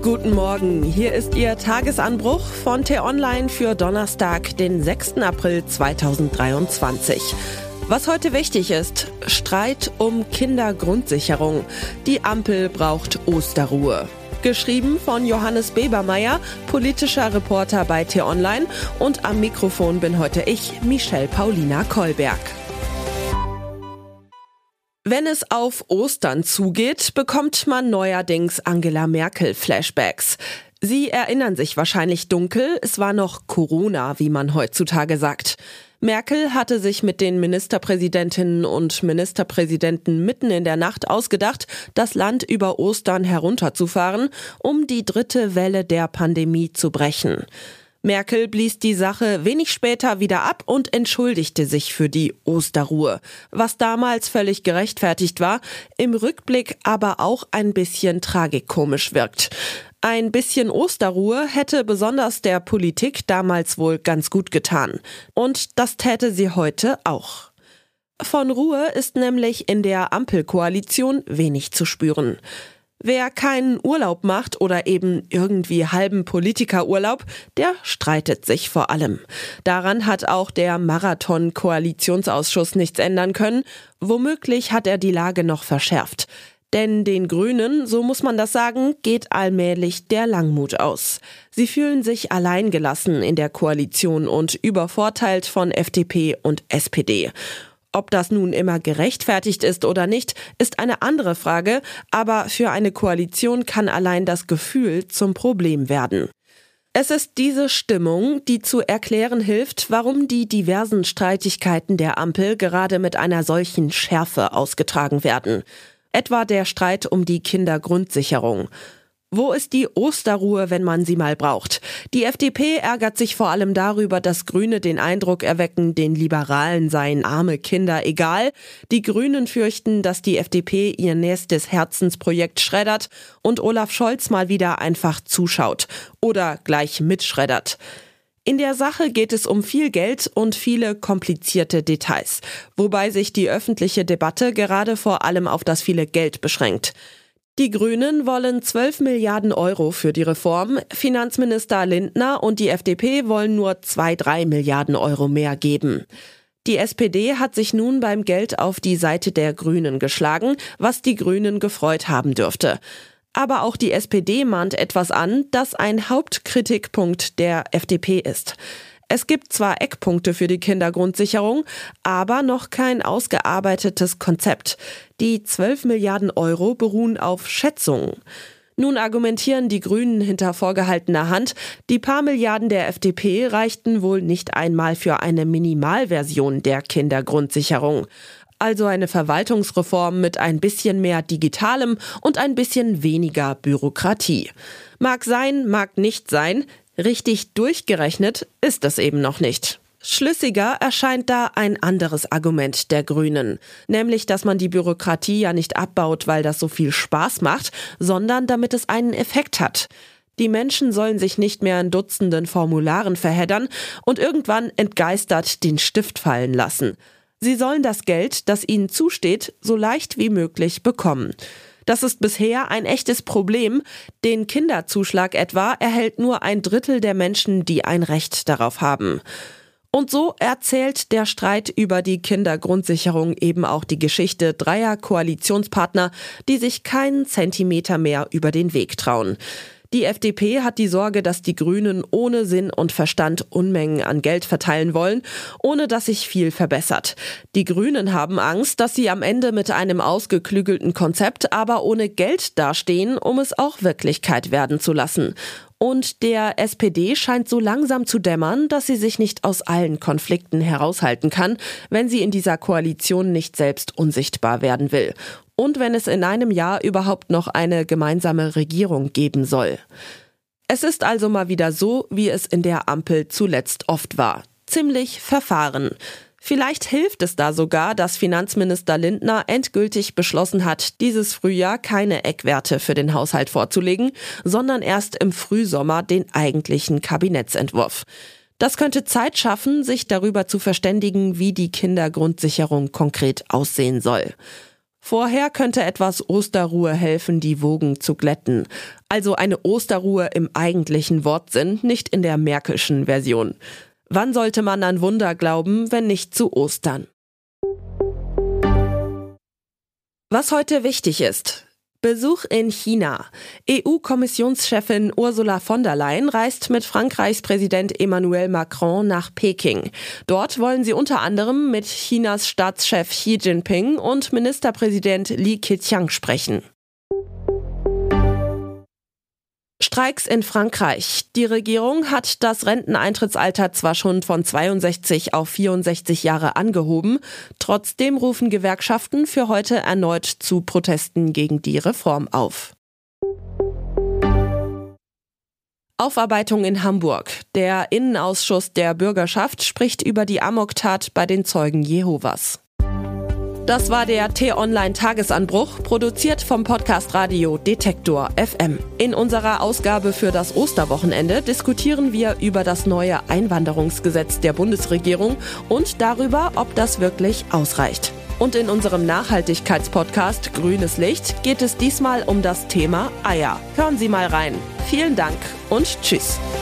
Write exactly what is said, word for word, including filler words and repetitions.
Guten Morgen, hier ist Ihr Tagesanbruch von T-Online für Donnerstag, den sechsten April zweitausenddreiundzwanzig. Was heute wichtig ist: Streit um Kindergrundsicherung. Die Ampel braucht Osterruhe. Geschrieben von Johannes Bebermeier, politischer Reporter bei T-Online, und am Mikrofon bin heute ich, Michelle Paulina Kolberg. Wenn es auf Ostern zugeht, bekommt man neuerdings Angela Merkel-Flashbacks. Sie erinnern sich wahrscheinlich dunkel, es war noch Corona, wie man heutzutage sagt. Merkel hatte sich mit den Ministerpräsidentinnen und Ministerpräsidenten mitten in der Nacht ausgedacht, das Land über Ostern herunterzufahren, um die dritte Welle der Pandemie zu brechen. Merkel blies die Sache wenig später wieder ab und entschuldigte sich für die Osterruhe, was damals völlig gerechtfertigt war, im Rückblick aber auch ein bisschen tragikomisch wirkt. Ein bisschen Osterruhe hätte besonders der Politik damals wohl ganz gut getan. Und das täte sie heute auch. Von Ruhe ist nämlich in der Ampelkoalition wenig zu spüren. Wer keinen Urlaub macht oder eben irgendwie halben Politikerurlaub, der streitet sich vor allem. Daran hat auch der Marathon-Koalitionsausschuss nichts ändern können. Womöglich hat er die Lage noch verschärft. Denn den Grünen, so muss man das sagen, geht allmählich der Langmut aus. Sie fühlen sich alleingelassen in der Koalition und übervorteilt von F D P und S P D. Ob das nun immer gerechtfertigt ist oder nicht, ist eine andere Frage, aber für eine Koalition kann allein das Gefühl zum Problem werden. Es ist diese Stimmung, die zu erklären hilft, warum die diversen Streitigkeiten der Ampel gerade mit einer solchen Schärfe ausgetragen werden. Etwa der Streit um die Kindergrundsicherung. Wo ist die Osterruhe, wenn man sie mal braucht? Die F D P ärgert sich vor allem darüber, dass Grüne den Eindruck erwecken, den Liberalen seien arme Kinder egal. Die Grünen fürchten, dass die F D P ihr nächstes Herzensprojekt schreddert und Olaf Scholz mal wieder einfach zuschaut oder gleich mitschreddert. In der Sache geht es um viel Geld und viele komplizierte Details, wobei sich die öffentliche Debatte gerade vor allem auf das viele Geld beschränkt. Die Grünen wollen zwölf Milliarden Euro für die Reform, Finanzminister Lindner und die F D P wollen nur zwei, drei Milliarden Euro mehr geben. Die S P D hat sich nun beim Geld auf die Seite der Grünen geschlagen, was die Grünen gefreut haben dürfte. Aber auch die S P D mahnt etwas an, das ein Hauptkritikpunkt der F D P ist. Es gibt zwar Eckpunkte für die Kindergrundsicherung, aber noch kein ausgearbeitetes Konzept. Die zwölf Milliarden Euro beruhen auf Schätzungen. Nun argumentieren die Grünen hinter vorgehaltener Hand, die paar Milliarden der F D P reichten wohl nicht einmal für eine Minimalversion der Kindergrundsicherung. Also eine Verwaltungsreform mit ein bisschen mehr Digitalem und ein bisschen weniger Bürokratie. Mag sein, mag nicht sein. Richtig durchgerechnet ist es eben noch nicht. Schlüssiger erscheint da ein anderes Argument der Grünen, nämlich, dass man die Bürokratie ja nicht abbaut, weil das so viel Spaß macht, sondern damit es einen Effekt hat. Die Menschen sollen sich nicht mehr in Dutzenden Formularen verheddern und irgendwann entgeistert den Stift fallen lassen. Sie sollen das Geld, das ihnen zusteht, so leicht wie möglich bekommen. Das ist bisher ein echtes Problem. Den Kinderzuschlag etwa erhält nur ein Drittel der Menschen, die ein Recht darauf haben. Und so erzählt der Streit über die Kindergrundsicherung eben auch die Geschichte dreier Koalitionspartner, die sich keinen Zentimeter mehr über den Weg trauen. Die F D P hat die Sorge, dass die Grünen ohne Sinn und Verstand Unmengen an Geld verteilen wollen, ohne dass sich viel verbessert. Die Grünen haben Angst, dass sie am Ende mit einem ausgeklügelten Konzept, aber ohne Geld dastehen, um es auch Wirklichkeit werden zu lassen. Und der S P D scheint so langsam zu dämmern, dass sie sich nicht aus allen Konflikten heraushalten kann, wenn sie in dieser Koalition nicht selbst unsichtbar werden will. Und wenn es in einem Jahr überhaupt noch eine gemeinsame Regierung geben soll. Es ist also mal wieder so, wie es in der Ampel zuletzt oft war. Ziemlich verfahren. Vielleicht hilft es da sogar, dass Finanzminister Lindner endgültig beschlossen hat, dieses Frühjahr keine Eckwerte für den Haushalt vorzulegen, sondern erst im Frühsommer den eigentlichen Kabinettsentwurf. Das könnte Zeit schaffen, sich darüber zu verständigen, wie die Kindergrundsicherung konkret aussehen soll. Vorher könnte etwas Osterruhe helfen, die Wogen zu glätten. Also eine Osterruhe im eigentlichen Wortsinn, nicht in der märkischen Version. Wann sollte man an Wunder glauben, wenn nicht zu Ostern? Was heute wichtig ist: Besuch in China. E U-Kommissionschefin Ursula von der Leyen reist mit Frankreichs Präsident Emmanuel Macron nach Peking. Dort wollen sie unter anderem mit Chinas Staatschef Xi Jinping und Ministerpräsident Li Keqiang sprechen. Streiks in Frankreich. Die Regierung hat das Renteneintrittsalter zwar schon von zweiundsechzig auf vierundsechzig Jahre angehoben, trotzdem rufen Gewerkschaften für heute erneut zu Protesten gegen die Reform auf. Aufarbeitung in Hamburg. Der Innenausschuss der Bürgerschaft spricht über die Amoktat bei den Zeugen Jehovas. Das war der T-Online-Tagesanbruch, produziert vom Podcast Radio Detektor F M. In unserer Ausgabe für das Osterwochenende diskutieren wir über das neue Einwanderungsgesetz der Bundesregierung und darüber, ob das wirklich ausreicht. Und in unserem Nachhaltigkeitspodcast Grünes Licht geht es diesmal um das Thema Eier. Hören Sie mal rein. Vielen Dank und tschüss.